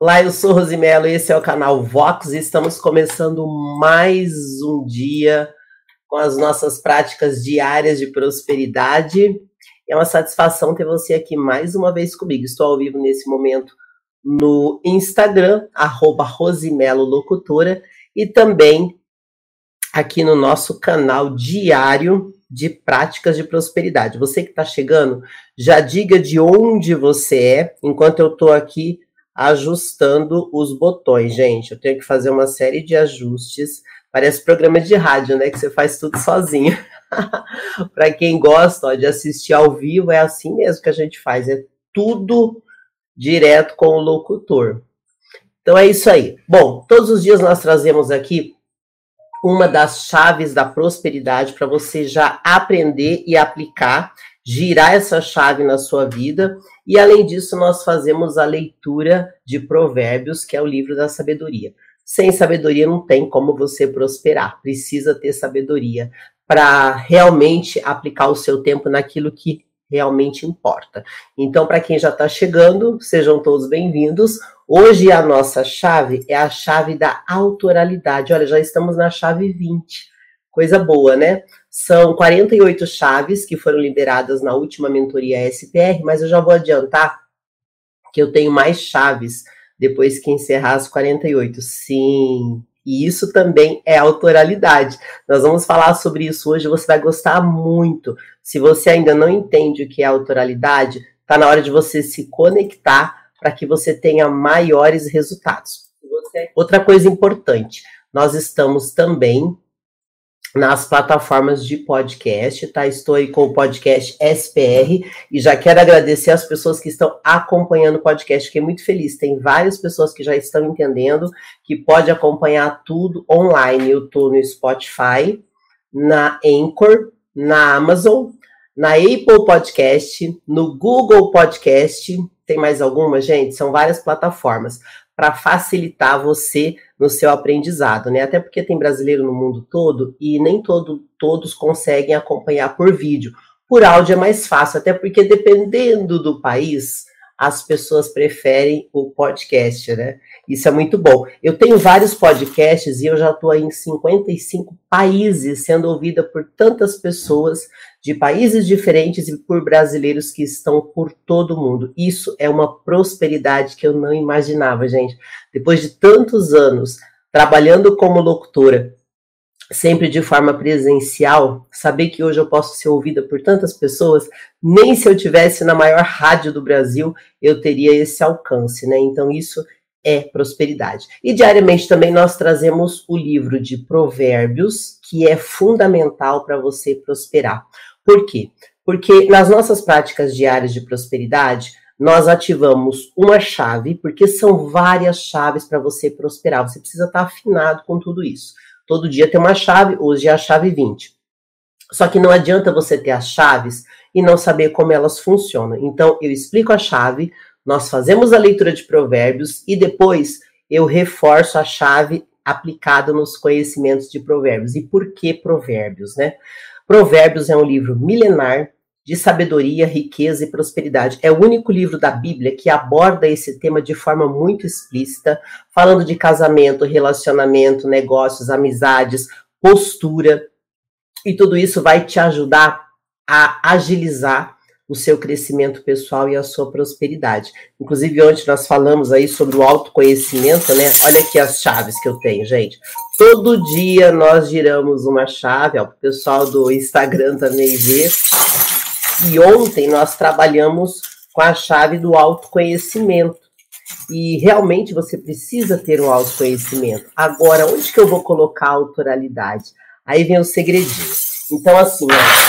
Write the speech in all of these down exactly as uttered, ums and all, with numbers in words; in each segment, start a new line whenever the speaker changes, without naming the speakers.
Olá, eu sou Rosimelo e esse é o canal Vox e estamos começando mais um dia com as nossas práticas diárias de prosperidade. É uma satisfação ter você aqui mais uma vez comigo. Estou ao vivo nesse momento no Instagram, arroba Rosimelo Locutora, e também aqui no nosso canal diário de práticas de prosperidade. Você que está chegando, já diga de onde você é, enquanto eu estou aqui ajustando os botões, gente. Eu tenho que fazer uma série de ajustes. Parece programa de rádio, né? Que você faz tudo sozinho. Para quem gosta ó, de assistir ao vivo, é assim mesmo que a gente faz. É tudo direto com o locutor. Então é isso aí. Bom, todos os dias nós trazemos aqui uma das chaves da prosperidade para você já aprender e aplicar, girar essa chave na sua vida. E além disso, nós fazemos a leitura de Provérbios, que é o livro da sabedoria. Sem sabedoria não tem como você prosperar. Precisa ter sabedoria para realmente aplicar o seu tempo naquilo que realmente importa. Então, para quem já está chegando, sejam todos bem-vindos. Hoje a nossa chave é a chave da autoralidade. Olha, já estamos na chave vinte. Coisa boa, né? São quarenta e oito chaves que foram liberadas na última mentoria S P R, mas eu já vou adiantar que eu tenho mais chaves depois que encerrar as quarenta e oito. Sim, e isso também é autoralidade. Nós vamos falar sobre isso hoje, você vai gostar muito. Se você ainda não entende o que é autoralidade, está na hora de você se conectar para que você tenha maiores resultados. Outra coisa importante, nós estamos também nas plataformas de podcast, tá? Estou aí com o podcast S P R e já quero agradecer as pessoas que estão acompanhando o podcast, fiquei muito feliz. Tem várias pessoas que já estão entendendo que pode acompanhar tudo online. Eu tô no Spotify, na Anchor, na Amazon, na Apple Podcast, no Google Podcast. Tem mais alguma, gente? São várias plataformas para facilitar você no seu aprendizado, né? Até porque tem brasileiro no mundo todo e nem todo, todos conseguem acompanhar por vídeo. Por áudio é mais fácil, até porque dependendo do país, as pessoas preferem o podcast, né? Isso é muito bom. Eu tenho vários podcasts e eu já estou em cinquenta e cinco países sendo ouvida por tantas pessoas de países diferentes e por brasileiros que estão por todo o mundo. Isso é uma prosperidade que eu não imaginava, gente. Depois de tantos anos trabalhando como locutora, sempre de forma presencial, saber que hoje eu posso ser ouvida por tantas pessoas, nem se eu tivesse na maior rádio do Brasil, eu teria esse alcance, né? Então isso é prosperidade. E diariamente também nós trazemos o livro de Provérbios, que é fundamental para você prosperar. Por quê? Porque nas nossas práticas diárias de prosperidade, nós ativamos uma chave, porque são várias chaves para você prosperar. Você precisa estar afinado com tudo isso. Todo dia tem uma chave, hoje é a chave vinte. Só que não adianta você ter as chaves e não saber como elas funcionam. Então, eu explico a chave, nós fazemos a leitura de Provérbios e depois eu reforço a chave aplicada nos conhecimentos de Provérbios. E por que Provérbios, né? Provérbios é um livro milenar de sabedoria, riqueza e prosperidade. É o único livro da Bíblia que aborda esse tema de forma muito explícita, falando de casamento, relacionamento, negócios, amizades, postura. E tudo isso vai te ajudar a agilizar o seu crescimento pessoal e a sua prosperidade. Inclusive, ontem nós falamos aí sobre o autoconhecimento, né? Olha aqui as chaves que eu tenho, gente. Todo dia nós giramos uma chave, ó, o pessoal do Instagram também vê. E ontem nós trabalhamos com a chave do autoconhecimento. E realmente você precisa ter um autoconhecimento. Agora, onde que eu vou colocar a autoralidade? Aí vem o segredinho. Então, assim,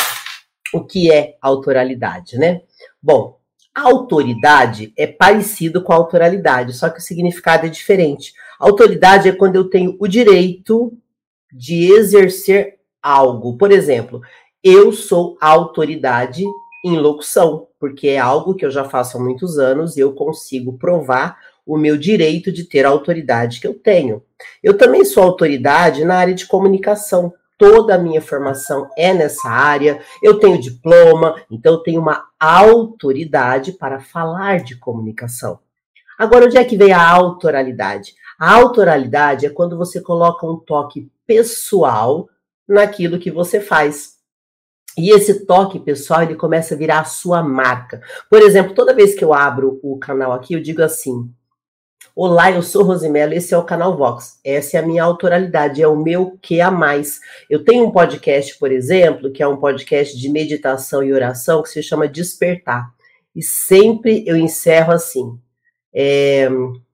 ó, o que é autoralidade, né? Bom, a autoridade é parecido com a autoralidade, só que o significado é diferente. A autoridade é quando eu tenho o direito de exercer algo. Por exemplo, eu sou autoridade em locução, porque é algo que eu já faço há muitos anos e eu consigo provar o meu direito de ter a autoridade que eu tenho. Eu também sou autoridade na área de comunicação. Toda a minha formação é nessa área, eu tenho diploma, então eu tenho uma autoridade para falar de comunicação. Agora, onde é que vem a autoralidade? A autoralidade é quando você coloca um toque pessoal naquilo que você faz. E esse toque pessoal, ele começa a virar a sua marca. Por exemplo, toda vez que eu abro o canal aqui, eu digo assim: olá, eu sou Rosimelo, esse é o canal Vox. Essa é a minha autoralidade, é o meu que a mais. Eu tenho um podcast, por exemplo, que é um podcast de meditação e oração, que se chama Despertar. E sempre eu encerro assim: é,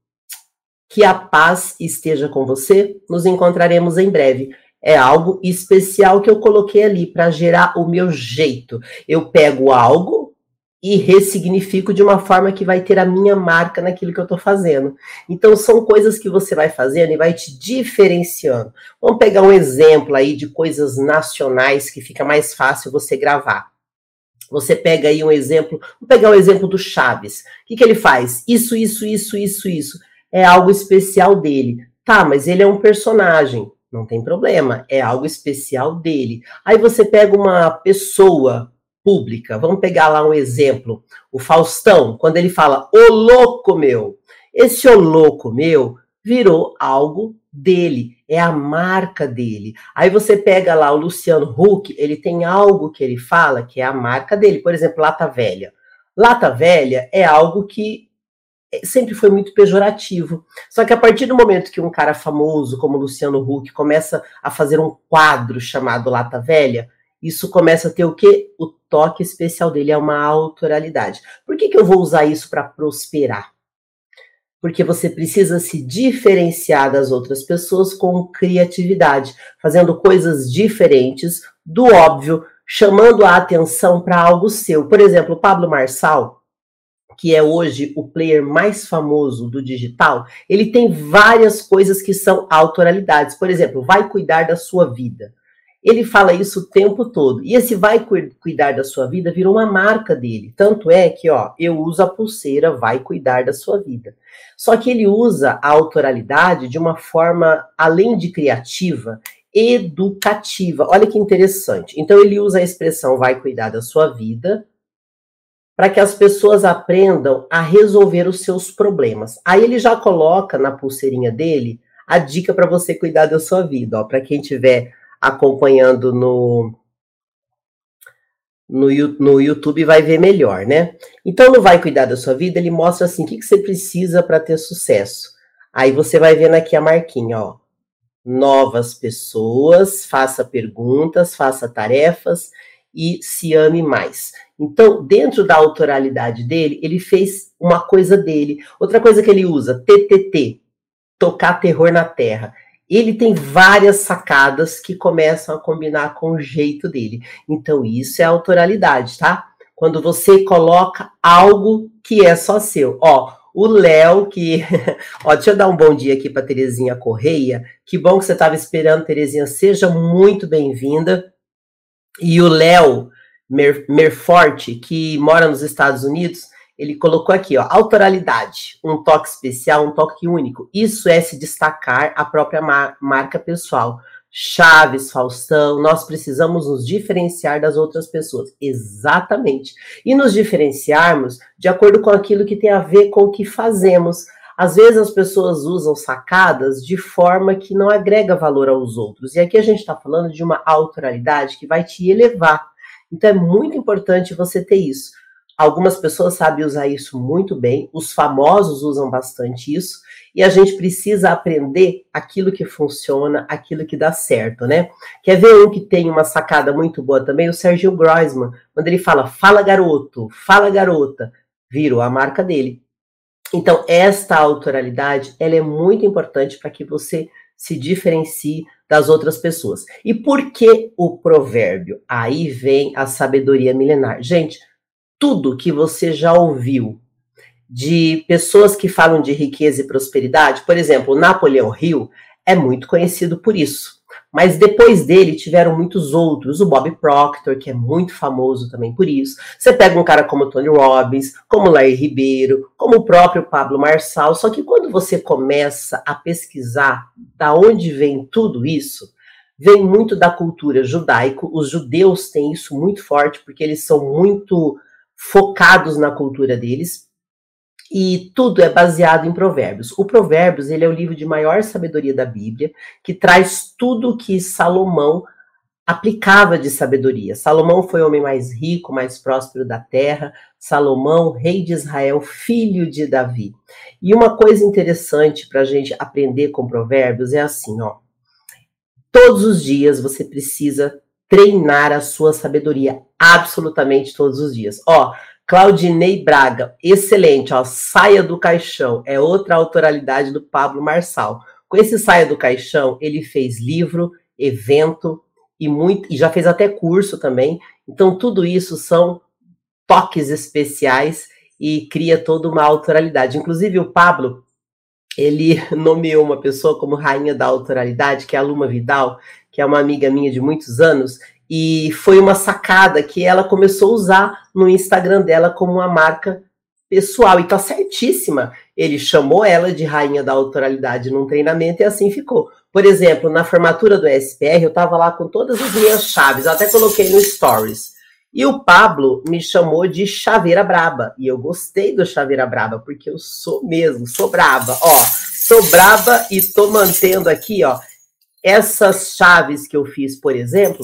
que a paz esteja com você, nos encontraremos em breve. É algo especial que eu coloquei ali para gerar o meu jeito. Eu pego algo e ressignifico de uma forma que vai ter a minha marca naquilo que eu estou fazendo. Então, são coisas que você vai fazendo e vai te diferenciando. Vamos pegar um exemplo aí de coisas nacionais que fica mais fácil você gravar. Você pega aí um exemplo, vamos pegar o exemplo do Chaves. O que, que ele faz? Isso, isso, isso, isso, isso. É algo especial dele. Tá, mas ele é um personagem. Não tem problema, é algo especial dele. Aí você pega uma pessoa pública, vamos pegar lá um exemplo, o Faustão, quando ele fala, ô louco meu, esse ô louco meu virou algo dele, é a marca dele. Aí você pega lá o Luciano Huck, ele tem algo que ele fala que é a marca dele, por exemplo, Lata Velha. Lata Velha é algo que sempre foi muito pejorativo. Só que a partir do momento que um cara famoso como Luciano Huck começa a fazer um quadro chamado Lata Velha, isso começa a ter o quê? O toque especial dele, é uma autoralidade. Por que, que eu vou usar isso para prosperar? Porque você precisa se diferenciar das outras pessoas com criatividade, fazendo coisas diferentes do óbvio, chamando a atenção para algo seu. Por exemplo, o Pablo Marçal, que é hoje o player mais famoso do digital, ele tem várias coisas que são autoralidades. Por exemplo, vai cuidar da sua vida. Ele fala isso o tempo todo. E esse vai cuidar da sua vida virou uma marca dele. Tanto é que, ó, eu uso a pulseira vai cuidar da sua vida. Só que ele usa a autoralidade de uma forma, além de criativa, educativa. Olha que interessante. Então ele usa a expressão vai cuidar da sua vida para que as pessoas aprendam a resolver os seus problemas. Aí ele já coloca na pulseirinha dele a dica para você cuidar da sua vida. Para quem estiver acompanhando no, no, no YouTube vai ver melhor, né? Então, no Vai Cuidar da Sua Vida, ele mostra assim, o que, que você precisa para ter sucesso. Aí você vai vendo aqui a marquinha, ó. Novas pessoas, faça perguntas, faça tarefas e se ame mais. Então, dentro da autoralidade dele, ele fez uma coisa dele. Outra coisa que ele usa, T T T, tocar terror na terra. Ele tem várias sacadas que começam a combinar com o jeito dele. Então, isso é autoralidade, tá? Quando você coloca algo que é só seu. Ó, o Léo, que... Ó, deixa eu dar um bom dia aqui para Terezinha Correia. Que bom que você estava esperando, Terezinha. Seja muito bem-vinda. E o Léo Mer Merforte, que mora nos Estados Unidos, ele colocou aqui, ó, autoralidade, um toque especial, um toque único. Isso é se destacar a própria mar marca pessoal. Chaves, Faustão, nós precisamos nos diferenciar das outras pessoas. Exatamente. E nos diferenciarmos de acordo com aquilo que tem a ver com o que fazemos. Às vezes as pessoas usam sacadas de forma que não agrega valor aos outros. E aqui a gente está falando de uma autoralidade que vai te elevar. Então é muito importante você ter isso. Algumas pessoas sabem usar isso muito bem, os famosos usam bastante isso, e a gente precisa aprender aquilo que funciona, aquilo que dá certo, né? Quer ver um que tem uma sacada muito boa também? O Sergio Groisman, quando ele fala, fala garoto, fala garota, virou a marca dele. Então, esta autoralidade, ela é muito importante para que você se diferencie das outras pessoas. E por que o provérbio? Aí vem a sabedoria milenar. Gente, tudo que você já ouviu de pessoas que falam de riqueza e prosperidade, por exemplo, o Napoleão Hill é muito conhecido por isso. Mas depois dele tiveram muitos outros, o Bob Proctor, que é muito famoso também por isso. Você pega um cara como Tony Robbins, como Larry Ribeiro, como o próprio Pablo Marçal, só que quando você começa a pesquisar da onde vem tudo isso, vem muito da cultura judaico. Os judeus têm isso muito forte, porque eles são muito focados na cultura deles. E tudo é baseado em Provérbios. O Provérbios, ele é o livro de maior sabedoria da Bíblia, que traz tudo que Salomão aplicava de sabedoria. Salomão foi o homem mais rico, mais próspero da terra. Salomão, rei de Israel, filho de Davi. E uma coisa interessante para a gente aprender com Provérbios é assim, ó. Todos os dias você precisa treinar a sua sabedoria, absolutamente todos os dias. Ó, Claudinei Braga, excelente, ó, Saia do Caixão, é outra autoralidade do Pablo Marçal. Com esse Saia do Caixão, ele fez livro, evento e, muito, e já fez até curso também. Então, tudo isso são toques especiais e cria toda uma autoralidade. Inclusive, o Pablo, ele nomeou uma pessoa como rainha da autoralidade, que é a Luma Vidal, que é uma amiga minha de muitos anos, e foi uma sacada que ela começou a usar no Instagram dela como uma marca pessoal, e tá certíssima. Ele chamou ela de rainha da autoralidade num treinamento e assim ficou. Por exemplo, na formatura do S P R, eu tava lá com todas as minhas chaves, eu até coloquei no Stories. E o Pablo me chamou de Chaveira Braba. E eu gostei do Chaveira Braba, porque eu sou mesmo, sou braba. Ó, sou braba e tô mantendo aqui, ó, essas chaves que eu fiz, por exemplo,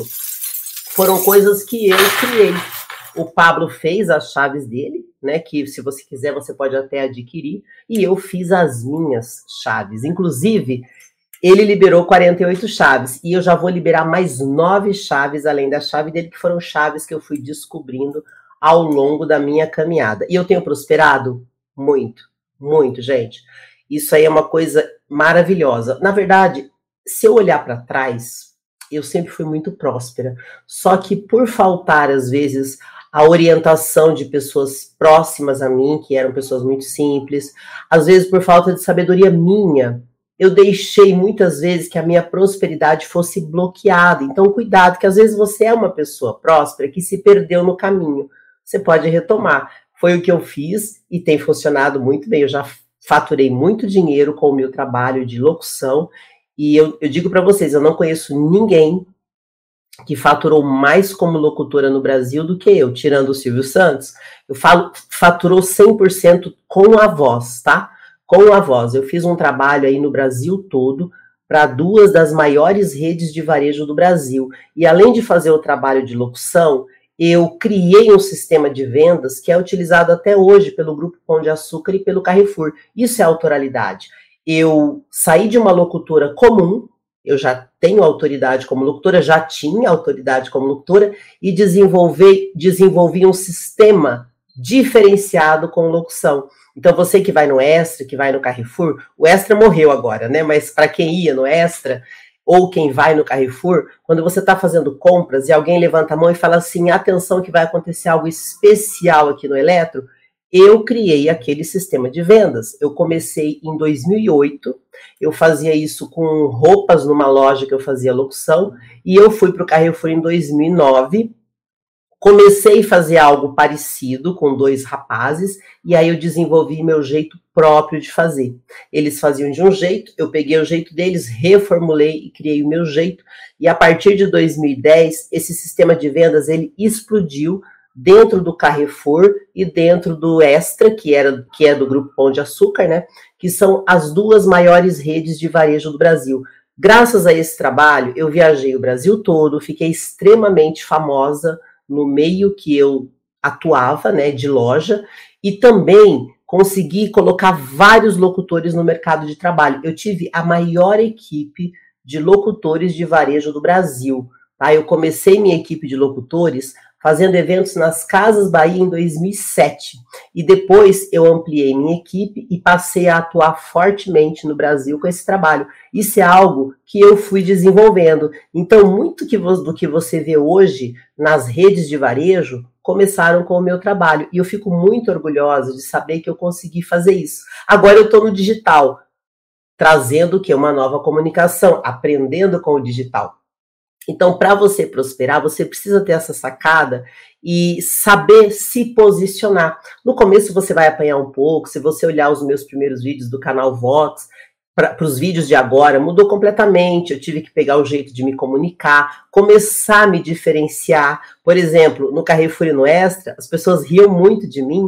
foram coisas que eu criei. O Pablo fez as chaves dele, né, que se você quiser você pode até adquirir, e eu fiz as minhas chaves. Inclusive, ele liberou quarenta e oito chaves, e eu já vou liberar mais nove chaves, além da chave dele, que foram chaves que eu fui descobrindo ao longo da minha caminhada. E eu tenho prosperado? Muito, muito, gente. Isso aí é uma coisa maravilhosa. Na verdade, se eu olhar para trás, eu sempre fui muito próspera. Só que por faltar, às vezes, a orientação de pessoas próximas a mim, que eram pessoas muito simples, às vezes por falta de sabedoria minha, eu deixei muitas vezes que a minha prosperidade fosse bloqueada. Então, cuidado, que às vezes você é uma pessoa próspera que se perdeu no caminho. Você pode retomar. Foi o que eu fiz e tem funcionado muito bem. Eu já faturei muito dinheiro com o meu trabalho de locução. E eu, eu digo para vocês, eu não conheço ninguém que faturou mais como locutora no Brasil do que eu, tirando o Silvio Santos. Eu falo, faturou cem por cento com a voz, tá? Com a voz. Eu fiz um trabalho aí no Brasil todo para duas das maiores redes de varejo do Brasil. E além de fazer o trabalho de locução, eu criei um sistema de vendas que é utilizado até hoje pelo Grupo Pão de Açúcar e pelo Carrefour. Isso é autoralidade. Eu saí de uma locutora comum, eu já tenho autoridade como locutora, já tinha autoridade como locutora, e desenvolvi, desenvolvi um sistema diferenciado com locução. Então, você que vai no Extra, que vai no Carrefour, o Extra morreu agora, né? Mas para quem ia no Extra, ou quem vai no Carrefour, quando você está fazendo compras e alguém levanta a mão e fala assim, atenção que vai acontecer algo especial aqui no Eletro, eu criei aquele sistema de vendas. Eu comecei em dois mil e oito, eu fazia isso com roupas numa loja que eu fazia locução, e eu fui para o Carrefour em dois mil e nove, comecei a fazer algo parecido com dois rapazes, e aí eu desenvolvi meu jeito próprio de fazer. Eles faziam de um jeito, eu peguei o jeito deles, reformulei e criei o meu jeito, e a partir de dois mil e dez, esse sistema de vendas, ele explodiu dentro do Carrefour e dentro do Extra, que, era, que é do Grupo Pão de Açúcar, né, que são as duas maiores redes de varejo do Brasil. Graças a esse trabalho, eu viajei o Brasil todo, fiquei extremamente famosa no meio que eu atuava, né, de loja, e também consegui colocar vários locutores no mercado de trabalho. Eu tive a maior equipe de locutores de varejo do Brasil, tá? Eu comecei minha equipe de locutores fazendo eventos nas Casas Bahia em dois mil e sete, e depois eu ampliei minha equipe e passei a atuar fortemente no Brasil com esse trabalho. Isso é algo que eu fui desenvolvendo. Então, muito do que você vê hoje nas redes de varejo começaram com o meu trabalho, e eu fico muito orgulhosa de saber que eu consegui fazer isso. Agora eu estou no digital, trazendo o que? Uma nova comunicação, aprendendo com o digital. Então, para você prosperar, você precisa ter essa sacada e saber se posicionar. No começo você vai apanhar um pouco, se você olhar os meus primeiros vídeos do canal Vox, para os vídeos de agora, mudou completamente. Eu tive que pegar o jeito de me comunicar, começar a me diferenciar. Por exemplo, no Carrefour e no Extra, as pessoas riam muito de mim,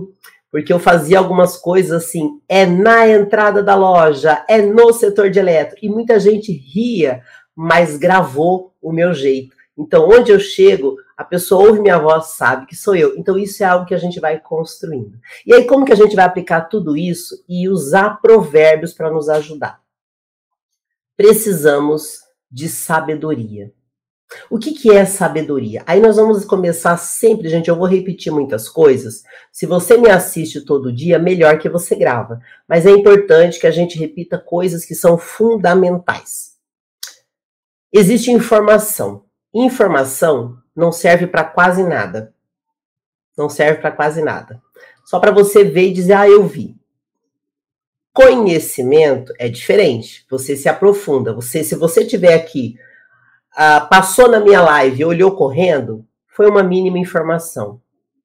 Porque eu fazia algumas coisas assim, é na entrada da loja, é no setor de eletro. E muita gente ria, mas gravou o meu jeito. Então, onde eu chego, a pessoa ouve minha voz, sabe que sou eu. Então, isso é algo que a gente vai construindo. E aí, como que a gente vai aplicar tudo isso e usar provérbios para nos ajudar? Precisamos de sabedoria. O que, que é sabedoria? Aí nós vamos começar sempre, gente, eu vou repetir muitas coisas. Se você me assiste todo dia, melhor que você grava. Mas é importante que a gente repita coisas que são fundamentais. Existe informação. Informação não serve para quase nada. Não serve para quase nada. Só para você ver e dizer, ah, eu vi. Conhecimento é diferente. Você se aprofunda. Você, se você tiver aqui, uh, passou na minha live e olhou correndo, foi uma mínima informação.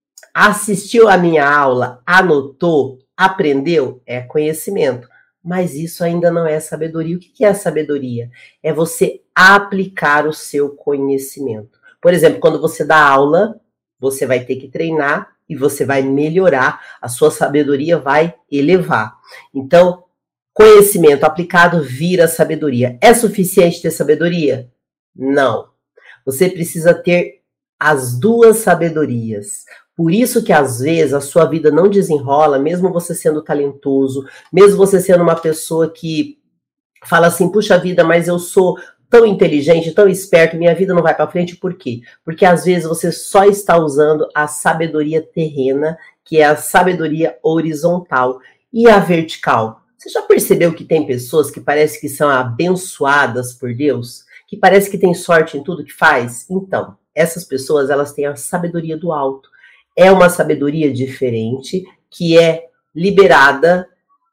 Assistiu a minha aula, anotou, aprendeu, é conhecimento. Mas isso ainda não é sabedoria. O que é sabedoria? É você aplicar o seu conhecimento. Por exemplo, quando você dá aula, você vai ter que treinar e você vai melhorar, a sua sabedoria vai elevar. Então, conhecimento aplicado vira sabedoria. É suficiente ter sabedoria? Não. Você precisa ter as duas sabedorias. Por isso que às vezes a sua vida não desenrola, mesmo você sendo talentoso, mesmo você sendo uma pessoa que fala assim, puxa vida, mas eu sou tão inteligente, tão esperto, minha vida não vai para frente, por quê? Porque às vezes você só está usando a sabedoria terrena, que é a sabedoria horizontal, e a vertical. Você já percebeu que tem pessoas que parece que são abençoadas por Deus? Que parece que tem sorte em tudo que faz? Então, essas pessoas, elas têm a sabedoria do alto. É uma sabedoria diferente, que é liberada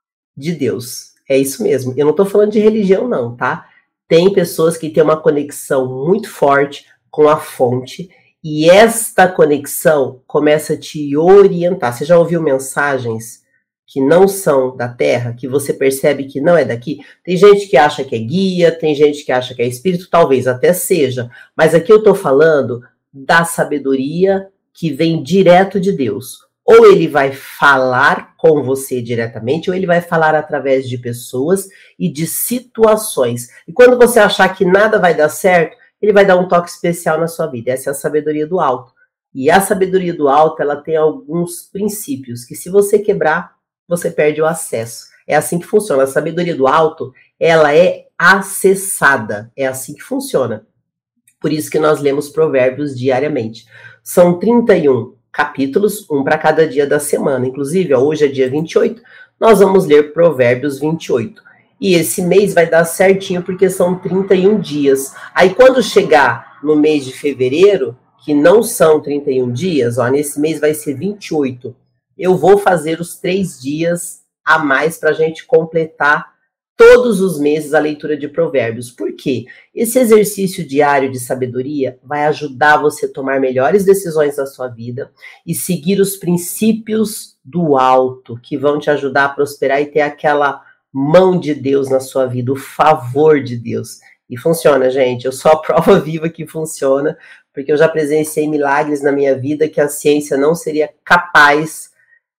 de Deus. É isso mesmo. Eu não estou falando de religião, não, tá? Tem pessoas que têm uma conexão muito forte com a fonte, e esta conexão começa a te orientar. Você já ouviu mensagens que não são da Terra, que você percebe que não é daqui? Tem gente que acha que é guia, tem gente que acha que é espírito, talvez até seja, mas aqui eu estou falando da sabedoria que vem direto de Deus. Ou ele vai falar com você diretamente, ou ele vai falar através de pessoas e de situações. E quando você achar que nada vai dar certo, ele vai dar um toque especial na sua vida. Essa é a sabedoria do alto. E a sabedoria do alto, ela tem alguns princípios que, se você quebrar, você perde o acesso. É assim que funciona. A sabedoria do alto, ela é acessada. É assim que funciona. Por isso que nós lemos provérbios diariamente. São trinta e um capítulos, um para cada dia da semana. Inclusive, ó, hoje é dia vinte e oito, nós vamos ler provérbios vinte e oito. E esse mês vai dar certinho, porque são trinta e um dias. Aí quando chegar no mês de fevereiro, que não são trinta e um dias, ó, nesse mês vai ser vinte e oito, eu vou fazer os três dias a mais para a gente completar todos os meses a leitura de provérbios. Por quê? Esse exercício diário de sabedoria vai ajudar você a tomar melhores decisões na sua vida e seguir os princípios do alto, que vão te ajudar a prosperar e ter aquela mão de Deus na sua vida, o favor de Deus. E funciona, gente. Eu sou a prova viva que funciona, porque eu já presenciei milagres na minha vida que a ciência não seria capaz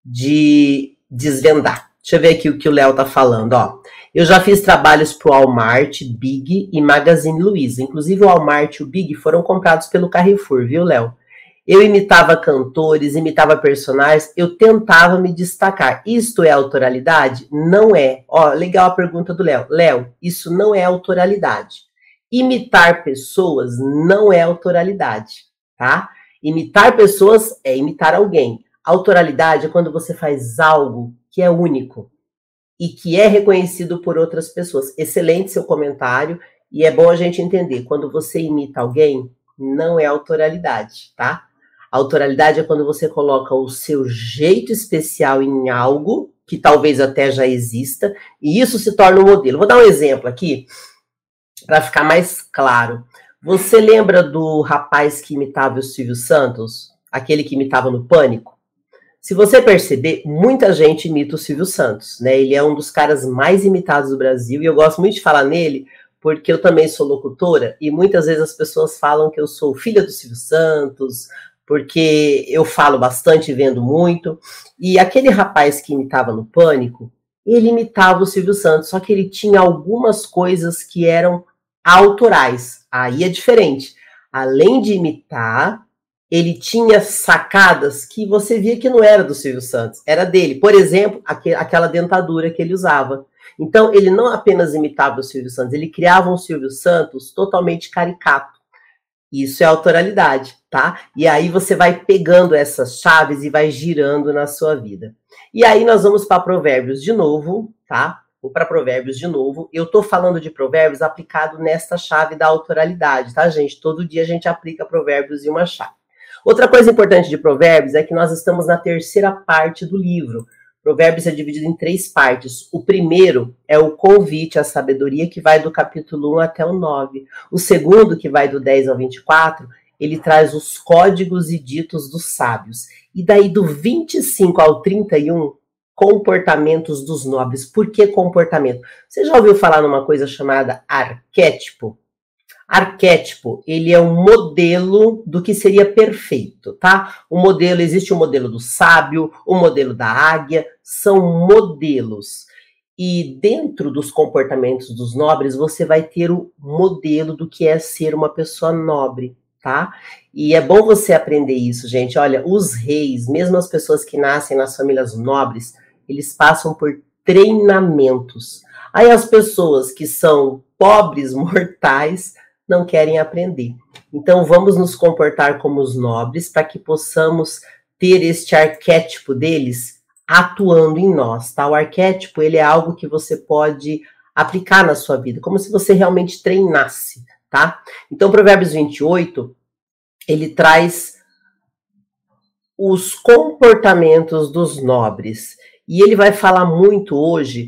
de desvendar. Deixa eu ver aqui o que o Léo tá falando, ó. Eu já fiz trabalhos pro Walmart, Big e Magazine Luiza. Inclusive o Walmart e o Big foram comprados pelo Carrefour, viu, Léo? Eu imitava cantores, imitava personagens, eu tentava me destacar. Isto é autoralidade? Não é. Ó, legal a pergunta do Léo. Léo, isso não é autoralidade. Imitar pessoas não é autoralidade, tá? Imitar pessoas é imitar alguém. Autoralidade é quando você faz algo que é único e que é reconhecido por outras pessoas. Excelente seu comentário, e é bom a gente entender, quando você imita alguém, não é autoralidade, tá? Autoralidade é quando você coloca o seu jeito especial em algo, que talvez até já exista, e isso se torna um modelo. Vou dar um exemplo aqui, para ficar mais claro. Você lembra do rapaz que imitava o Silvio Santos? Aquele que imitava no Pânico? Se você perceber, muita gente imita o Silvio Santos, né? Ele é um dos caras mais imitados do Brasil, e eu gosto muito de falar nele, porque eu também sou locutora, e muitas vezes as pessoas falam que eu sou filha do Silvio Santos, porque eu falo bastante, vendo muito, e aquele rapaz que imitava no Pânico, ele imitava o Silvio Santos, só que ele tinha algumas coisas que eram autorais. Aí é diferente. Além de imitar, ele tinha sacadas que você via que não era do Silvio Santos, era dele. Por exemplo, aquela dentadura que ele usava. Então, ele não apenas imitava o Silvio Santos, ele criava um Silvio Santos totalmente caricato. Isso é autoralidade, tá? E aí você vai pegando essas chaves e vai girando na sua vida. E aí nós vamos para Provérbios de novo, tá? Vou para Provérbios de novo. Eu tô falando de Provérbios aplicado nesta chave da autoralidade, tá, gente? Todo dia a gente aplica Provérbios em uma chave. Outra coisa importante de Provérbios é que nós estamos na terceira parte do livro. Provérbios é dividido em três partes. O primeiro é o convite à sabedoria, que vai do capítulo um até o nove. O segundo, que vai do dez ao vinte e quatro, ele traz os códigos e ditos dos sábios. E daí do vinte e cinco ao trinta e um, comportamentos dos nobres. Por que comportamento? Você já ouviu falar numa coisa chamada arquétipo? Arquétipo, ele é um modelo do que seria perfeito, tá? O modelo, existe o modelo do sábio, o modelo da águia, são modelos. E dentro dos comportamentos dos nobres, você vai ter o modelo do que é ser uma pessoa nobre, tá? E é bom você aprender isso, gente. Olha, os reis, mesmo as pessoas que nascem nas famílias nobres, eles passam por treinamentos. Aí as pessoas que são pobres, mortais, não querem aprender. Então vamos nos comportar como os nobres para que possamos ter este arquétipo deles atuando em nós, tá? O arquétipo, ele é algo que você pode aplicar na sua vida, como se você realmente treinasse, tá? Então Provérbios vinte e oito, ele traz os comportamentos dos nobres. E ele vai falar muito hoje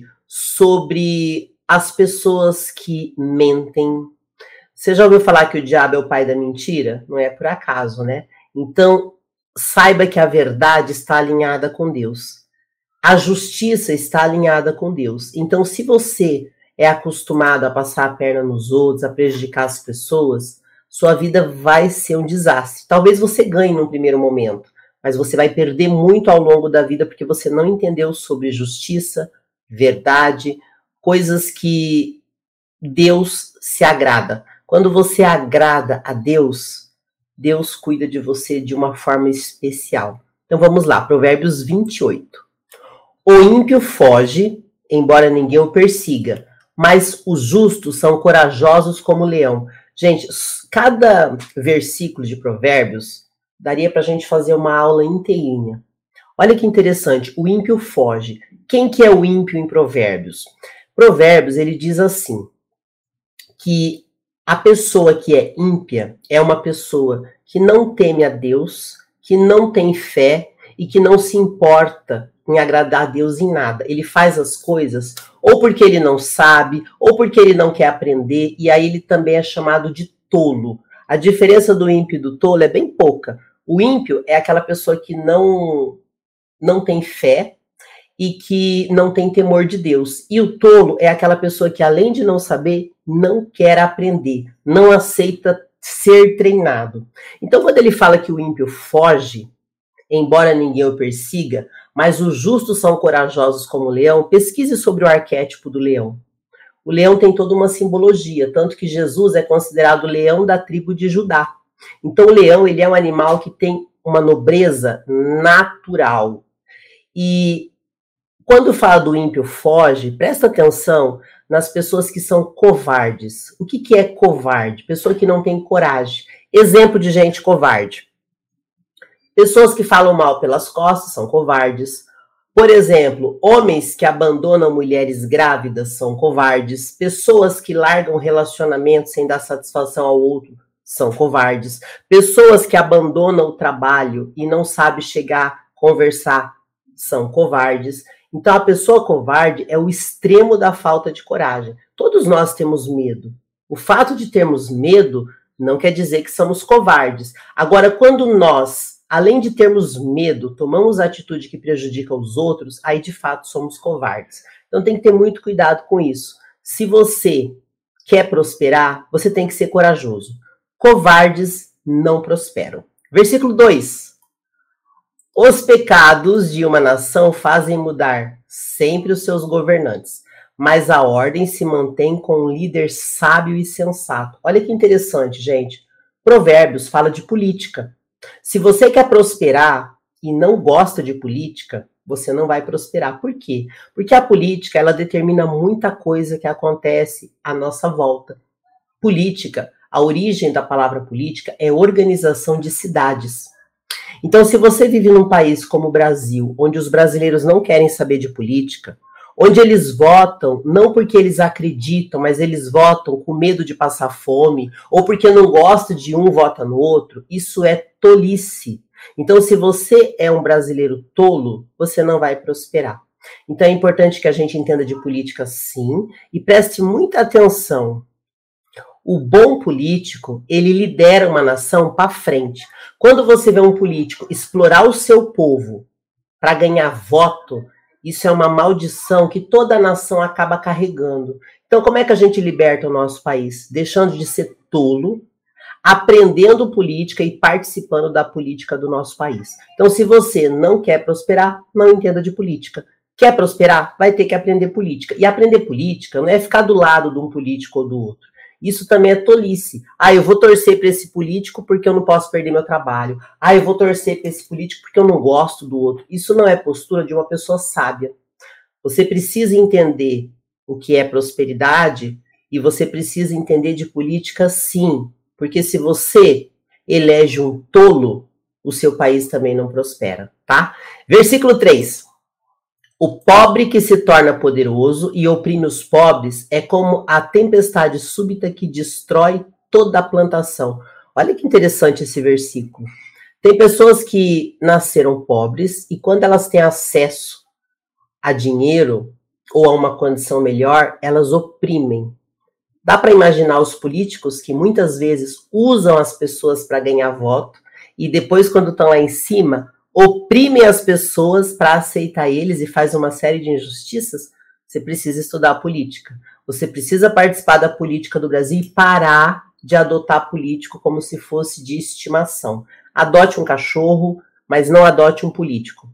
sobre as pessoas que mentem. Você já ouviu falar que o diabo é o pai da mentira? Não é por acaso, né? Então, saiba que a verdade está alinhada com Deus. A justiça está alinhada com Deus. Então, se você é acostumado a passar a perna nos outros, a prejudicar as pessoas, sua vida vai ser um desastre. Talvez você ganhe num primeiro momento, mas você vai perder muito ao longo da vida porque você não entendeu sobre justiça, verdade, coisas que Deus se agrada. Quando você agrada a Deus, Deus cuida de você de uma forma especial. Então vamos lá, Provérbios vinte e oito. O ímpio foge, embora ninguém o persiga, mas os justos são corajosos como o leão. Gente, cada versículo de Provérbios daria para a gente fazer uma aula inteirinha. Olha que interessante, o ímpio foge. Quem que é o ímpio em Provérbios? Provérbios, ele diz assim, que a pessoa que é ímpia é uma pessoa que não teme a Deus, que não tem fé e que não se importa em agradar a Deus em nada. Ele faz as coisas ou porque ele não sabe, ou porque ele não quer aprender, e aí ele também é chamado de tolo. A diferença do ímpio e do tolo é bem pouca. O ímpio é aquela pessoa que não, não tem fé e que não tem temor de Deus. E o tolo é aquela pessoa que, além de não saber, não quer aprender, não aceita ser treinado. Então, quando ele fala que o ímpio foge, embora ninguém o persiga, mas os justos são corajosos como o leão, pesquise sobre o arquétipo do leão. O leão tem toda uma simbologia, tanto que Jesus é considerado o leão da tribo de Judá. Então, o leão, ele é um animal que tem uma nobreza natural. E quando fala do ímpio foge, presta atenção nas pessoas que são covardes. O que, que é covarde? Pessoa que não tem coragem. Exemplo de gente covarde. Pessoas que falam mal pelas costas são covardes. Por exemplo, homens que abandonam mulheres grávidas são covardes. Pessoas que largam relacionamentos sem dar satisfação ao outro são covardes. Pessoas que abandonam o trabalho e não sabem chegar, conversar, são covardes. Então, a pessoa covarde é o extremo da falta de coragem. Todos nós temos medo. O fato de termos medo não quer dizer que somos covardes. Agora, quando nós, além de termos medo, tomamos atitude que prejudica os outros, aí de fato somos covardes. Então tem que ter muito cuidado com isso. Se você quer prosperar, você tem que ser corajoso. Covardes não prosperam. Versículo dois. Os pecados de uma nação fazem mudar sempre os seus governantes, mas a ordem se mantém com um líder sábio e sensato. Olha que interessante, gente. Provérbios fala de política. Se você quer prosperar e não gosta de política, você não vai prosperar. Por quê? Porque a política, ela determina muita coisa que acontece à nossa volta. Política, a origem da palavra política é organização de cidades. Então, se você vive num país como o Brasil, onde os brasileiros não querem saber de política, onde eles votam não porque eles acreditam, mas eles votam com medo de passar fome, ou porque não gosta de um, vota no outro, isso é tolice. Então, se você é um brasileiro tolo, você não vai prosperar. Então, é importante que a gente entenda de política, sim, e preste muita atenção. O bom político, ele lidera uma nação para frente. Quando você vê um político explorar o seu povo para ganhar voto, isso é uma maldição que toda a nação acaba carregando. Então, como é que a gente liberta o nosso país? Deixando de ser tolo, aprendendo política e participando da política do nosso país. Então, se você não quer prosperar, não entenda de política. Quer prosperar? Vai ter que aprender política. E aprender política não é ficar do lado de um político ou do outro. Isso também é tolice. Ah, eu vou torcer para esse político porque eu não posso perder meu trabalho. Ah, eu vou torcer para esse político porque eu não gosto do outro. Isso não é postura de uma pessoa sábia. Você precisa entender o que é prosperidade e você precisa entender de política, sim. Porque se você elege um tolo, o seu país também não prospera, tá? Versículo três. O pobre que se torna poderoso e oprime os pobres é como a tempestade súbita que destrói toda a plantação. Olha que interessante esse versículo. Tem pessoas que nasceram pobres e quando elas têm acesso a dinheiro ou a uma condição melhor, elas oprimem. Dá para imaginar os políticos que muitas vezes usam as pessoas para ganhar voto e depois, quando estão lá em cima, oprimem as pessoas para aceitar eles e faz uma série de injustiças? Você precisa estudar a política. Você precisa participar da política do Brasil e parar de adotar político como se fosse de estimação. Adote um cachorro, mas não adote um político.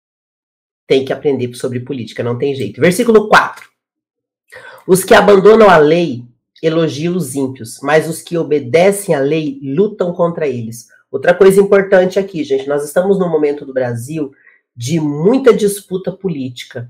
Tem que aprender sobre política, não tem jeito. Versículo quatro. Os que abandonam a lei elogiam os ímpios, mas os que obedecem à lei lutam contra eles. Outra coisa importante aqui, gente, nós estamos num momento do Brasil de muita disputa política.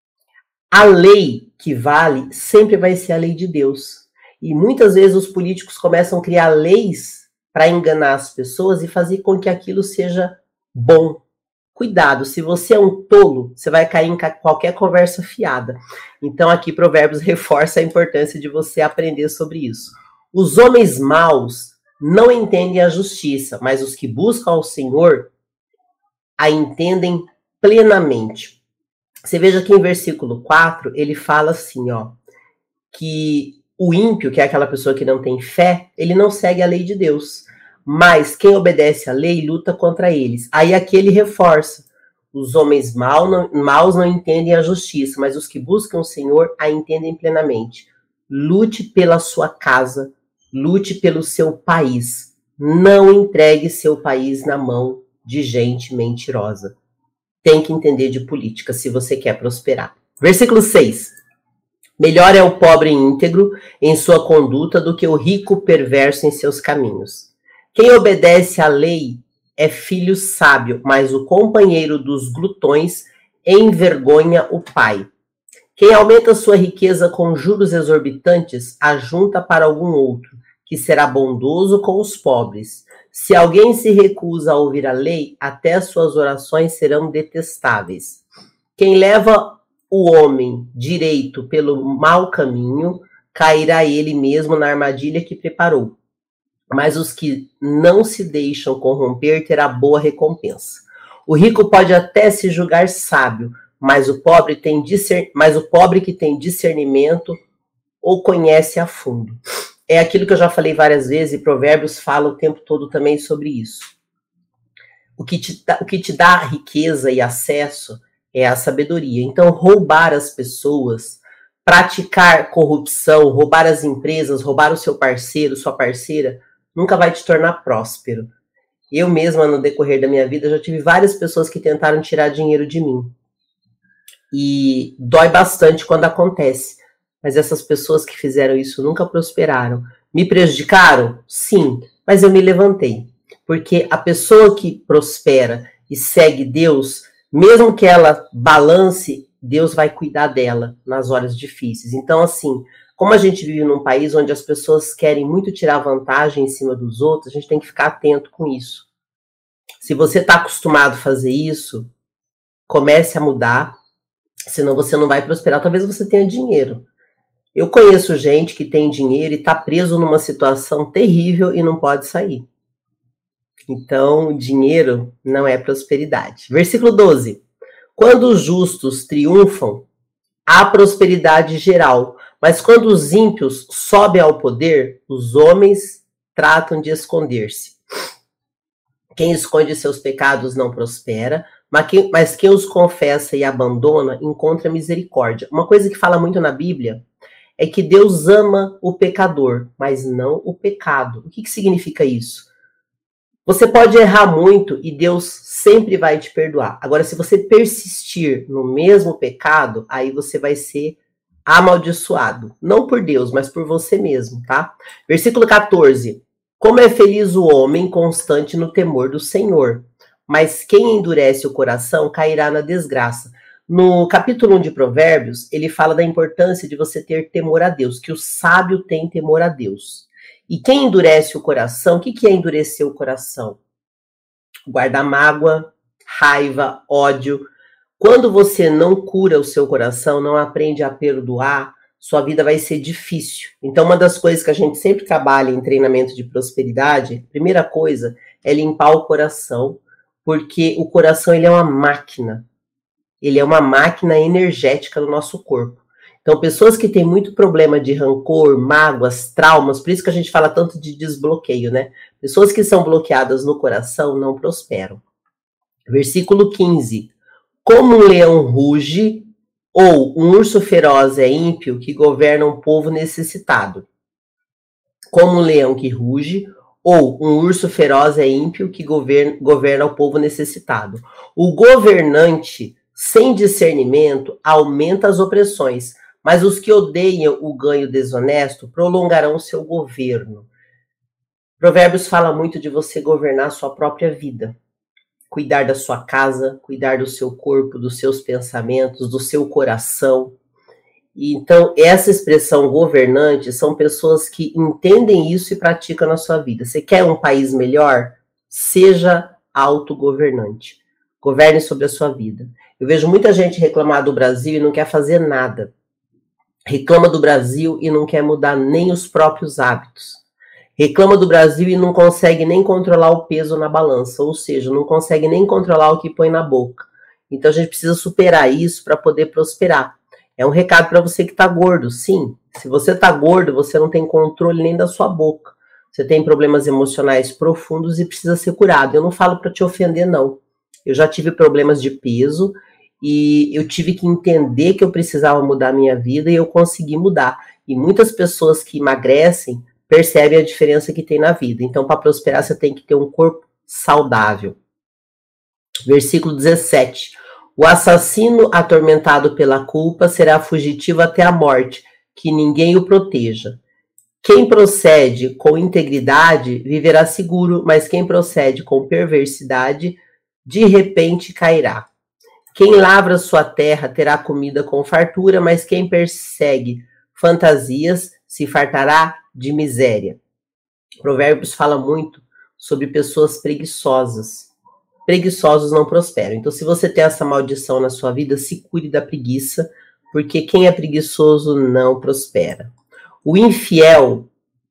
A lei que vale sempre vai ser a lei de Deus. E muitas vezes os políticos começam a criar leis para enganar as pessoas e fazer com que aquilo seja bom. Cuidado, se você é um tolo, você vai cair em qualquer conversa fiada. Então aqui Provérbios reforça a importância de você aprender sobre isso. Os homens maus não entendem a justiça, mas os que buscam ao Senhor a entendem plenamente. Você veja que em versículo quatro, ele fala assim, ó, que o ímpio, que é aquela pessoa que não tem fé, ele não segue a lei de Deus, mas quem obedece à lei luta contra eles. Aí aqui ele reforça, os homens maus não, maus não entendem a justiça, mas os que buscam o Senhor a entendem plenamente. Lute pela sua casa, lute pelo seu país. Não entregue seu país na mão de gente mentirosa. Tem que entender de política se você quer prosperar. Versículo seis. Melhor é o pobre íntegro em sua conduta do que o rico perverso em seus caminhos. Quem obedece à lei é filho sábio, mas o companheiro dos glutões envergonha o pai. Quem aumenta sua riqueza com juros exorbitantes, ajunta para algum outro, que será bondoso com os pobres. Se alguém se recusa a ouvir a lei, até suas orações serão detestáveis. Quem leva o homem direito pelo mau caminho, cairá ele mesmo na armadilha que preparou. Mas os que não se deixam corromper terá boa recompensa. O rico pode até se julgar sábio, mas o pobre tem discer... mas o pobre que tem discernimento ou conhece a fundo. É aquilo que eu já falei várias vezes e Provérbios fala o tempo todo também sobre isso. O que te dá, o que te dá riqueza e acesso é a sabedoria. Então, roubar as pessoas, praticar corrupção, roubar as empresas, roubar o seu parceiro, sua parceira, nunca vai te tornar próspero. Eu mesma, no decorrer da minha vida, já tive várias pessoas que tentaram tirar dinheiro de mim. E dói bastante quando acontece. Mas essas pessoas que fizeram isso nunca prosperaram. Me prejudicaram? Sim, mas eu me levantei. Porque a pessoa que prospera e segue Deus, mesmo que ela balance, Deus vai cuidar dela nas horas difíceis. Então, assim, como a gente vive num país onde as pessoas querem muito tirar vantagem em cima dos outros, a gente tem que ficar atento com isso. Se você está acostumado a fazer isso, comece a mudar, senão você não vai prosperar. Talvez você tenha dinheiro. Eu conheço gente que tem dinheiro e está preso numa situação terrível e não pode sair. Então, dinheiro não é prosperidade. Versículo doze. Quando os justos triunfam, há prosperidade geral, mas quando os ímpios sobem ao poder, os homens tratam de esconder-se. Quem esconde seus pecados não prospera, mas quem, mas quem os confessa e abandona encontra misericórdia. Uma coisa que fala muito na Bíblia é que Deus ama o pecador, mas não o pecado. O que, que significa isso? Você pode errar muito e Deus sempre vai te perdoar. Agora, se você persistir no mesmo pecado, aí você vai ser amaldiçoado. Não por Deus, mas por você mesmo, tá? Versículo quatorze. Como é feliz o homem constante no temor do Senhor, mas quem endurece o coração cairá na desgraça. No capítulo um de Provérbios, ele fala da importância de você ter temor a Deus, que o sábio tem temor a Deus. E quem endurece o coração, o que, que é endurecer o coração? Guardar mágoa, raiva, ódio. Quando você não cura o seu coração, não aprende a perdoar, sua vida vai ser difícil. Então, uma das coisas que a gente sempre trabalha em treinamento de prosperidade, primeira coisa, é limpar o coração, porque o coração ele é uma máquina. Ele é uma máquina energética do nosso corpo. Então, pessoas que têm muito problema de rancor, mágoas, traumas, por isso que a gente fala tanto de desbloqueio, né? Pessoas que são bloqueadas no coração não prosperam. Versículo quinze. Como um leão ruge, ou um urso feroz é ímpio que governa um povo necessitado. Como um leão que ruge, ou um urso feroz é ímpio que governa, governa o povo necessitado. O governante, sem discernimento, aumenta as opressões, mas os que odeiam o ganho desonesto prolongarão seu governo. Provérbios fala muito de você governar a sua própria vida. Cuidar da sua casa, cuidar do seu corpo, dos seus pensamentos, do seu coração. E, então, essa expressão governante são pessoas que entendem isso e praticam na sua vida. Você quer um país melhor? Seja autogovernante. Governe sobre a sua vida. Eu vejo muita gente reclamar do Brasil e não quer fazer nada. Reclama do Brasil e não quer mudar nem os próprios hábitos. Reclama do Brasil e não consegue nem controlar o peso na balança, ou seja, não consegue nem controlar o que põe na boca. Então a gente precisa superar isso para poder prosperar. É um recado para você que está gordo, sim. Se você está gordo, você não tem controle nem da sua boca. Você tem problemas emocionais profundos e precisa ser curado. Eu não falo para te ofender, não. Eu já tive problemas de peso e eu tive que entender que eu precisava mudar a minha vida e eu consegui mudar. E muitas pessoas que emagrecem percebem a diferença que tem na vida. Então, para prosperar, você tem que ter um corpo saudável. Versículo dezessete. O assassino atormentado pela culpa será fugitivo até a morte, que ninguém o proteja. Quem procede com integridade viverá seguro, mas quem procede com perversidade, de repente cairá. Quem lavra sua terra terá comida com fartura, mas quem persegue fantasias se fartará de miséria. Provérbios fala muito sobre pessoas preguiçosas. Preguiçosos não prosperam. Então, se você tem essa maldição na sua vida, se cure da preguiça, porque quem é preguiçoso não prospera. O infiel,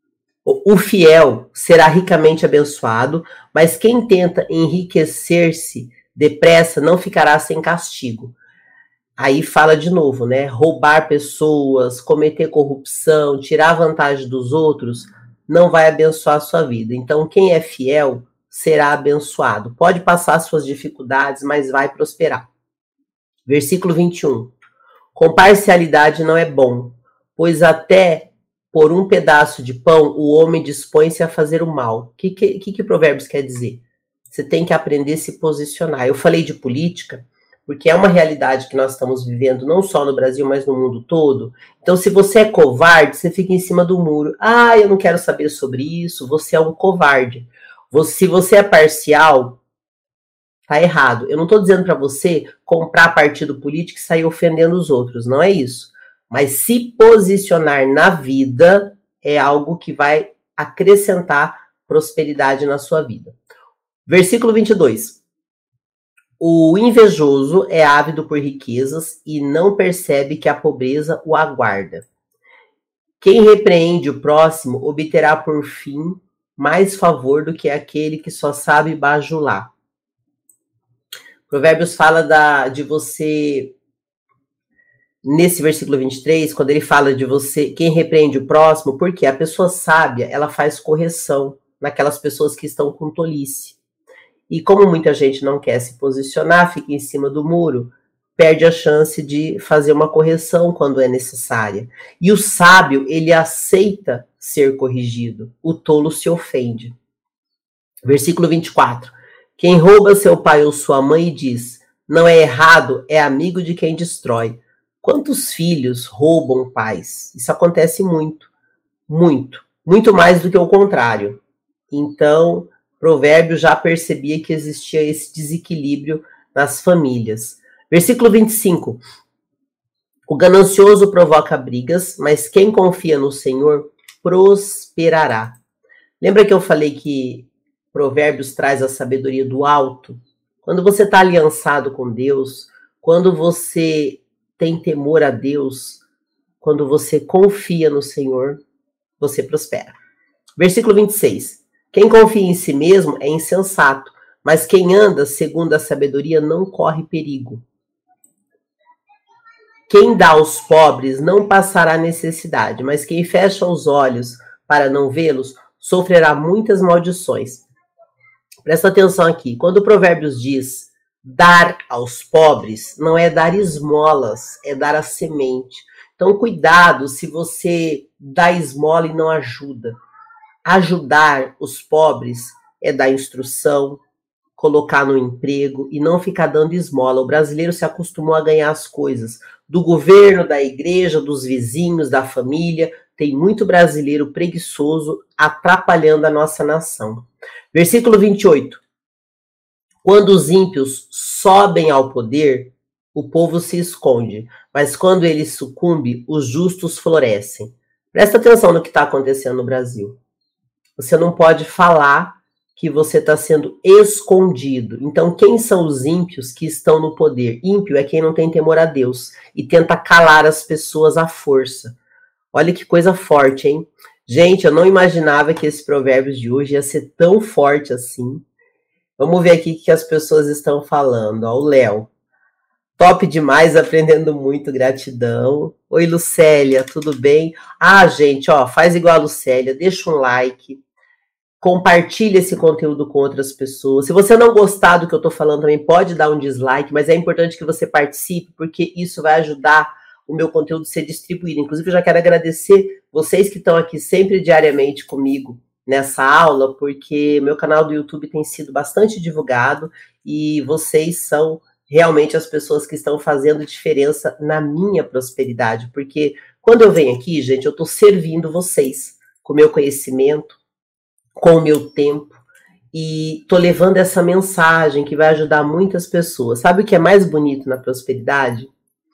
o fiel será ricamente abençoado, mas quem tenta enriquecer-se depressa não ficará sem castigo. Aí fala de novo, né? Roubar pessoas, cometer corrupção, tirar vantagem dos outros, não vai abençoar a sua vida. Então, quem é fiel será abençoado. Pode passar suas dificuldades, mas vai prosperar. Versículo vinte e um. Com parcialidade não é bom, pois até por um pedaço de pão o homem dispõe-se a fazer o mal. O que, que, que, que Provérbios quer dizer? você tem que aprender a se posicionar. Eu falei de política, porque é uma realidade que nós estamos vivendo, não só no Brasil, mas no mundo todo. Então, se você é covarde, você fica em cima do muro. Ah, eu não quero saber sobre isso, você é um covarde. Se você é parcial, tá errado. Eu não estou dizendo para você comprar partido político e sair ofendendo os outros, não é isso. Mas se posicionar na vida é algo que vai acrescentar prosperidade na sua vida. Versículo vinte e dois. O invejoso é ávido por riquezas e não percebe que a pobreza o aguarda. Quem repreende o próximo obterá por fim mais favor do que aquele que só sabe bajular. Provérbios fala da, de você, nesse versículo vinte e três, quando ele fala de você, quem repreende o próximo, porque a pessoa sábia, ela faz correção naquelas pessoas que estão com tolice. E como muita gente não quer se posicionar, fica em cima do muro, perde a chance de fazer uma correção quando é necessária. E o sábio, ele aceita ser corrigido. O tolo se ofende. Versículo vinte e quatro. Quem rouba seu pai ou sua mãe e diz, não é errado, é amigo de quem destrói. Quantos filhos roubam pais? Isso acontece muito, muito, muito mais do que o contrário. Então, Provérbio já percebia que existia esse desequilíbrio nas famílias. Versículo vinte e cinco. O ganancioso provoca brigas, mas quem confia no Senhor prosperará. Lembra que eu falei que Provérbios traz a sabedoria do alto? Quando você está aliançado com Deus, quando você tem temor a Deus, quando você confia no Senhor, você prospera. Versículo vinte e seis. Quem confia em si mesmo é insensato, mas quem anda segundo a sabedoria não corre perigo. Quem dá aos pobres não passará necessidade, mas quem fecha os olhos para não vê-los sofrerá muitas maldições. Presta atenção aqui. Quando o Provérbios diz dar aos pobres, não é dar esmolas, é dar a semente. Então, cuidado se você dá esmola e não ajuda. Ajudar os pobres é dar instrução, colocar no emprego e não ficar dando esmola. O brasileiro se acostumou a ganhar as coisas do governo, da igreja, dos vizinhos, da família. Tem muito brasileiro preguiçoso atrapalhando a nossa nação. Versículo vinte e oito. Quando os ímpios sobem ao poder, o povo se esconde, mas quando ele sucumbe, os justos florescem. Presta atenção no que está acontecendo no Brasil. Você não pode falar que você está sendo escondido. Então, quem são os ímpios que estão no poder? Ímpio é quem não tem temor a Deus e tenta calar as pessoas à força. Olha que coisa forte, hein? Gente, eu não imaginava que esse provérbio de hoje ia ser tão forte assim. Vamos ver aqui o que as pessoas estão falando. Ó, o Léo. Top demais, aprendendo muito, gratidão. Oi, Lucélia, tudo bem? Ah, gente, ó, faz igual a Lucélia, deixa um like, compartilha esse conteúdo com outras pessoas. Se você não gostar do que eu tô falando também, pode dar um dislike, mas é importante que você participe, porque isso vai ajudar o meu conteúdo a ser distribuído. Inclusive, eu já quero agradecer vocês que estão aqui sempre diariamente comigo nessa aula, porque meu canal do YouTube tem sido bastante divulgado e vocês são realmente as pessoas que estão fazendo diferença na minha prosperidade, porque quando eu venho aqui, gente, eu estou servindo vocês com o meu conhecimento, com o meu tempo, e estou levando essa mensagem que vai ajudar muitas pessoas. Sabe o que é mais bonito na prosperidade?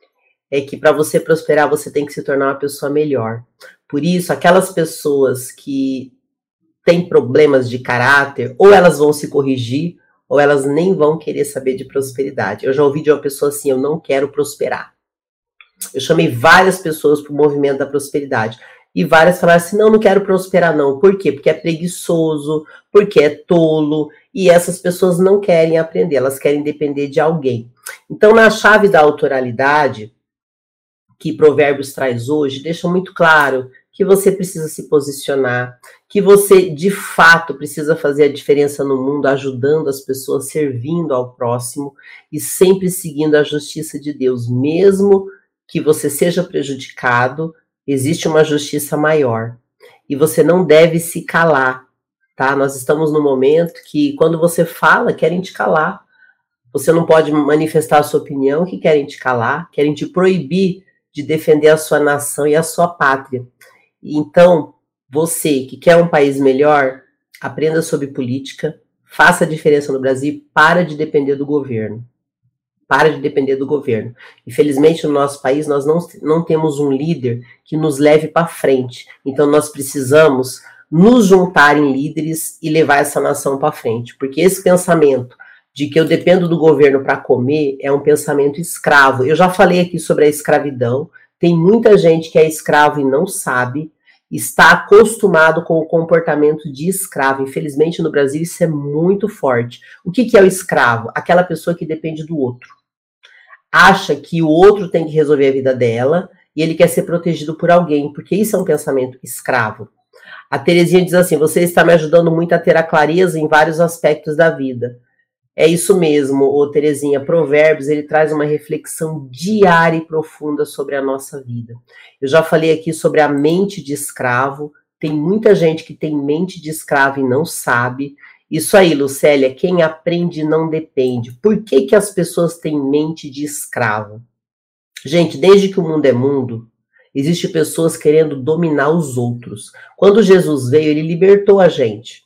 É que para você prosperar, você tem que se tornar uma pessoa melhor. Por isso, aquelas pessoas que têm problemas de caráter, ou elas vão se corrigir, ou elas nem vão querer saber de prosperidade. Eu já ouvi de uma pessoa assim, eu não quero prosperar. Eu chamei várias pessoas para o movimento da prosperidade. E várias falaram assim, não, não quero prosperar não. Por quê? Porque é preguiçoso, porque é tolo. E essas pessoas não querem aprender, elas querem depender de alguém. Então, na chave da autoralidade, que Provérbios traz hoje, deixa muito claro que você precisa se posicionar, que você, de fato, precisa fazer a diferença no mundo, ajudando as pessoas, servindo ao próximo e sempre seguindo a justiça de Deus. Mesmo que você seja prejudicado, existe uma justiça maior. E você não deve se calar, tá? Nós estamos num momento que, quando você fala, querem te calar. Você não pode manifestar a sua opinião, que querem te calar, querem te proibir de defender a sua nação e a sua pátria. Então, você que quer um país melhor, aprenda sobre política, faça a diferença no Brasil e para de depender do governo. Para de depender do governo. Infelizmente, no nosso país, nós não, não temos um líder que nos leve para frente. Então, nós precisamos nos juntar em líderes e levar essa nação para frente. Porque esse pensamento de que eu dependo do governo para comer é um pensamento escravo. Eu já falei aqui sobre a escravidão. Tem muita gente que é escravo e não sabe, está acostumado com o comportamento de escravo. Infelizmente, no Brasil, isso é muito forte. O que, que é o escravo? Aquela pessoa que depende do outro. Acha que o outro tem que resolver a vida dela e ele quer ser protegido por alguém, porque isso é um pensamento escravo. A Terezinha diz assim: você está me ajudando muito a ter a clareza em vários aspectos da vida. É isso mesmo, ô Terezinha. Provérbios, ele traz uma reflexão diária e profunda sobre a nossa vida. Eu já falei aqui sobre a mente de escravo. Tem muita gente que tem mente de escravo e não sabe. Isso aí, Lucélia, quem aprende não depende. Por que que as pessoas têm mente de escravo? Gente, desde que o mundo é mundo, existem pessoas querendo dominar os outros. Quando Jesus veio, ele libertou a gente.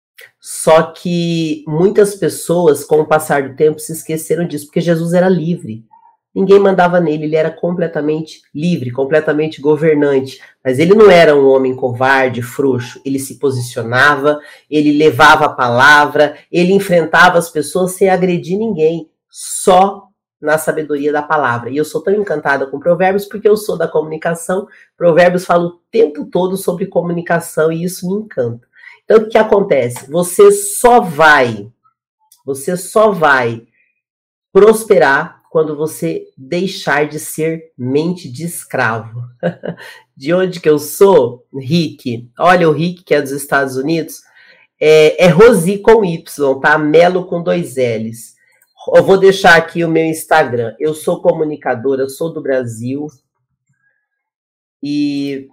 Só que muitas pessoas, com o passar do tempo, se esqueceram disso, porque Jesus era livre. Ninguém mandava nele, ele era completamente livre, completamente governante. Mas ele não era um homem covarde, frouxo. Ele se posicionava, ele levava a palavra, ele enfrentava as pessoas sem agredir ninguém, só na sabedoria da palavra. E eu sou tão encantada com Provérbios porque eu sou da comunicação. Provérbios fala o tempo todo sobre comunicação e isso me encanta. Então, o que acontece? Você só vai, você só vai prosperar quando você deixar de ser mente de escravo. De onde que eu sou? Rick. Olha o Rick, que é dos Estados Unidos. É, é Rosi com Y, tá? Melo com dois L's. Eu vou deixar aqui o meu Instagram. Eu sou comunicadora, sou do Brasil. E...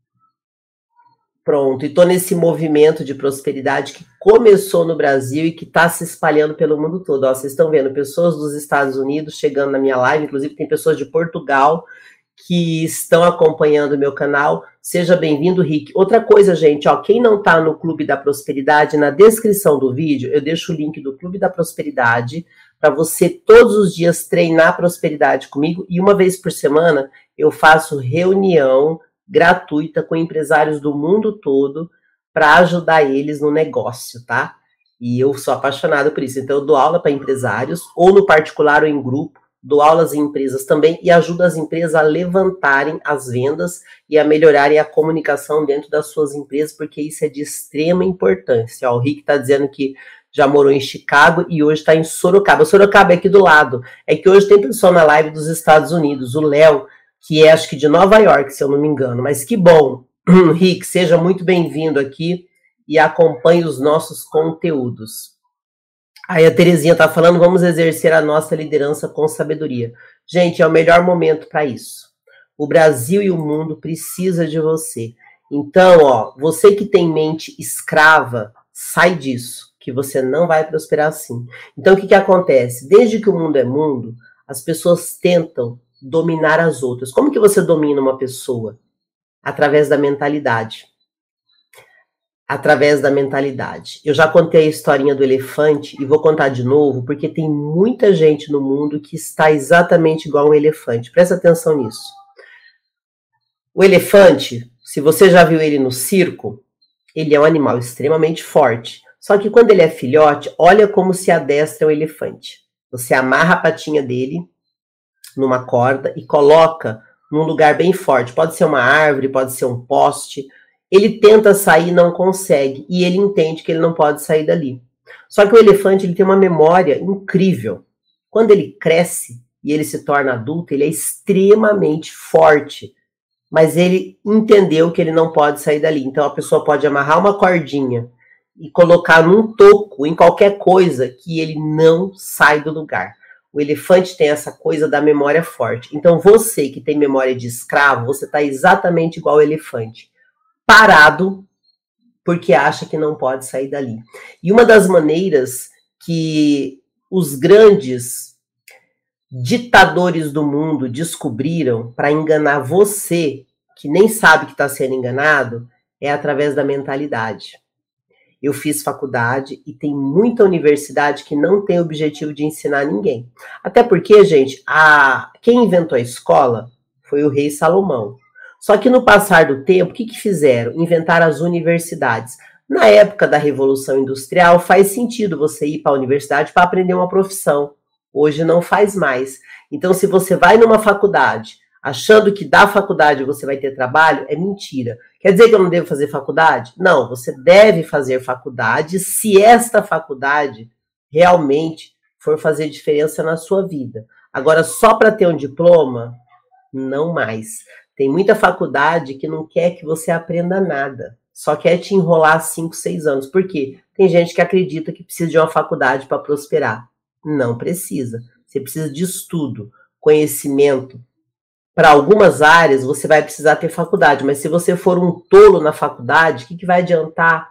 pronto, e tô nesse movimento de prosperidade que começou no Brasil e que está se espalhando pelo mundo todo. Ó, vocês estão vendo pessoas dos Estados Unidos chegando na minha live, inclusive tem pessoas de Portugal que estão acompanhando o meu canal. Seja bem-vindo, Rick. Outra coisa, gente, ó, quem não está no Clube da Prosperidade, na descrição do vídeo, eu deixo o link do Clube da Prosperidade para você todos os dias treinar prosperidade comigo. E uma vez por semana eu faço reunião gratuita com empresários do mundo todo para ajudar eles no negócio, tá? E eu sou apaixonada por isso. Então eu dou aula para empresários, ou no particular ou em grupo, dou aulas em empresas também e ajudo as empresas a levantarem as vendas e a melhorarem a comunicação dentro das suas empresas, porque isso é de extrema importância. Ó, o Rick está dizendo que já morou em Chicago e hoje está em Sorocaba. Sorocaba é aqui do lado. É que hoje tem pessoal na live dos Estados Unidos, o Léo, que é acho que de Nova York, se eu não me engano. Mas que bom, Rick, seja muito bem-vindo aqui e acompanhe os nossos conteúdos. Aí a Terezinha tá falando, vamos exercer a nossa liderança com sabedoria. Gente, é o melhor momento para isso. O Brasil e o mundo precisa de você. Então, ó, você que tem mente escrava, sai disso, que você não vai prosperar assim. Então, o que que acontece? Desde que o mundo é mundo, as pessoas tentam dominar as outras. Como que você domina uma pessoa? Através da mentalidade. Através da mentalidade. Eu já contei a historinha do elefante e vou contar de novo, porque tem muita gente no mundo que está exatamente igual um elefante. Presta atenção nisso. O elefante, se você já viu ele no circo, ele é um animal extremamente forte. Só que quando ele é filhote, olha como se adestra o elefante. Você amarra a patinha dele numa corda e coloca num lugar bem forte. Pode ser uma árvore, pode ser um poste. Ele tenta sair e não consegue. E ele entende que ele não pode sair dali. Só que o elefante ele tem uma memória incrível. Quando ele cresce e ele se torna adulto, ele é extremamente forte. Mas ele entendeu que ele não pode sair dali. Então a pessoa pode amarrar uma cordinha e colocar num toco, em qualquer coisa, que ele não sai do lugar. O elefante tem essa coisa da memória forte. Então você que tem memória de escravo, você está exatamente igual ao elefante. Parado, porque acha que não pode sair dali. E uma das maneiras que os grandes ditadores do mundo descobriram para enganar você, que nem sabe que está sendo enganado, é através da mentalidade. Eu fiz faculdade e tem muita universidade que não tem o objetivo de ensinar ninguém. Até porque, gente, a... quem inventou a escola foi o rei Salomão. Só que no passar do tempo, o que, que fizeram? Inventaram as universidades. Na época da Revolução Industrial, faz sentido você ir para a universidade para aprender uma profissão. Hoje não faz mais. Então, se você vai numa faculdade achando que da faculdade você vai ter trabalho, é mentira. Quer dizer que eu não devo fazer faculdade? Não, você deve fazer faculdade se esta faculdade realmente for fazer diferença na sua vida. Agora, só para ter um diploma, não mais. Tem muita faculdade que não quer que você aprenda nada. Só quer te enrolar cinco, seis anos. Por quê? Tem gente que acredita que precisa de uma faculdade para prosperar. Não precisa. Você precisa de estudo, conhecimento. Para algumas áreas, você vai precisar ter faculdade. Mas se você for um tolo na faculdade, o que, que vai adiantar?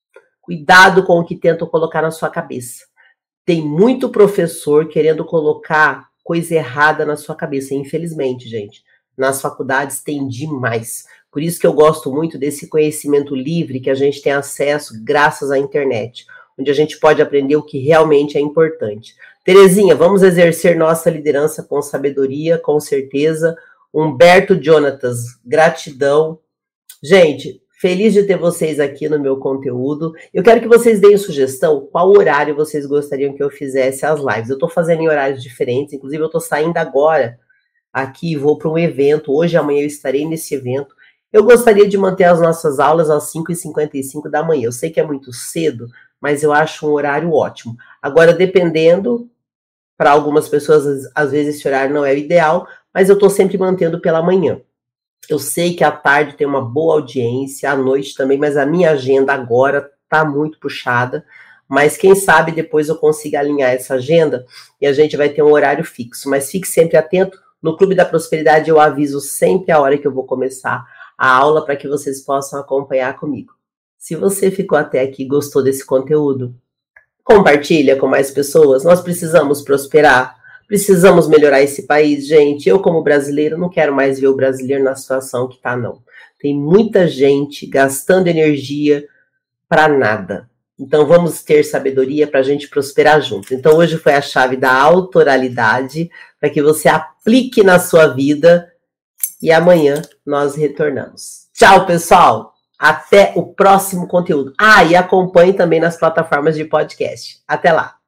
Cuidado com o que tentam colocar na sua cabeça. Tem muito professor querendo colocar coisa errada na sua cabeça. Infelizmente, gente, nas faculdades tem demais. Por isso que eu gosto muito desse conhecimento livre que a gente tem acesso graças à internet, onde a gente pode aprender o que realmente é importante. Terezinha, vamos exercer nossa liderança com sabedoria, com certeza. Humberto Jonatas, gratidão. Gente, feliz de ter vocês aqui no meu conteúdo. Eu quero que vocês deem sugestão qual horário vocês gostariam que eu fizesse as lives. Eu estou fazendo em horários diferentes, inclusive eu estou saindo agora aqui e vou para um evento. Hoje e amanhã eu estarei nesse evento. Eu gostaria de manter as nossas aulas às cinco e cinquenta e cinco da manhã. Eu sei que é muito cedo, mas eu acho um horário ótimo. Agora, dependendo, para algumas pessoas, às vezes esse horário não é o ideal, mas eu estou sempre mantendo pela manhã. Eu sei que à tarde tem uma boa audiência, à noite também, mas a minha agenda agora está muito puxada. Mas quem sabe depois eu consiga alinhar essa agenda e a gente vai ter um horário fixo. Mas fique sempre atento. No Clube da Prosperidade eu aviso sempre a hora que eu vou começar a aula para que vocês possam acompanhar comigo. Se você ficou até aqui e gostou desse conteúdo, compartilha com mais pessoas. Nós precisamos prosperar, precisamos melhorar esse país, gente. Eu, como brasileiro, não quero mais ver o brasileiro na situação que está, não. Tem muita gente gastando energia para nada. Então, vamos ter sabedoria para a gente prosperar junto. Então, hoje foi a chave da autoralidade para que você aplique na sua vida e amanhã nós retornamos. Tchau, pessoal! Até o próximo conteúdo. Ah, e acompanhe também nas plataformas de podcast. Até lá!